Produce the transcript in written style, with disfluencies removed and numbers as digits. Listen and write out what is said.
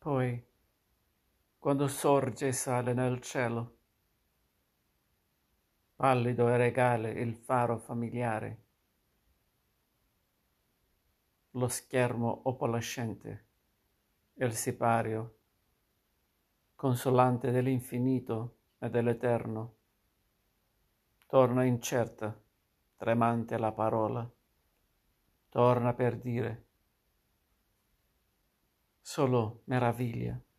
Poi, quando sorge e sale nel cielo, pallido e regale il faro familiare, lo schermo opalescente, il sipario, consolante dell'infinito e dell'eterno, torna incerta, tremante la parola, torna per dire solo meraviglia.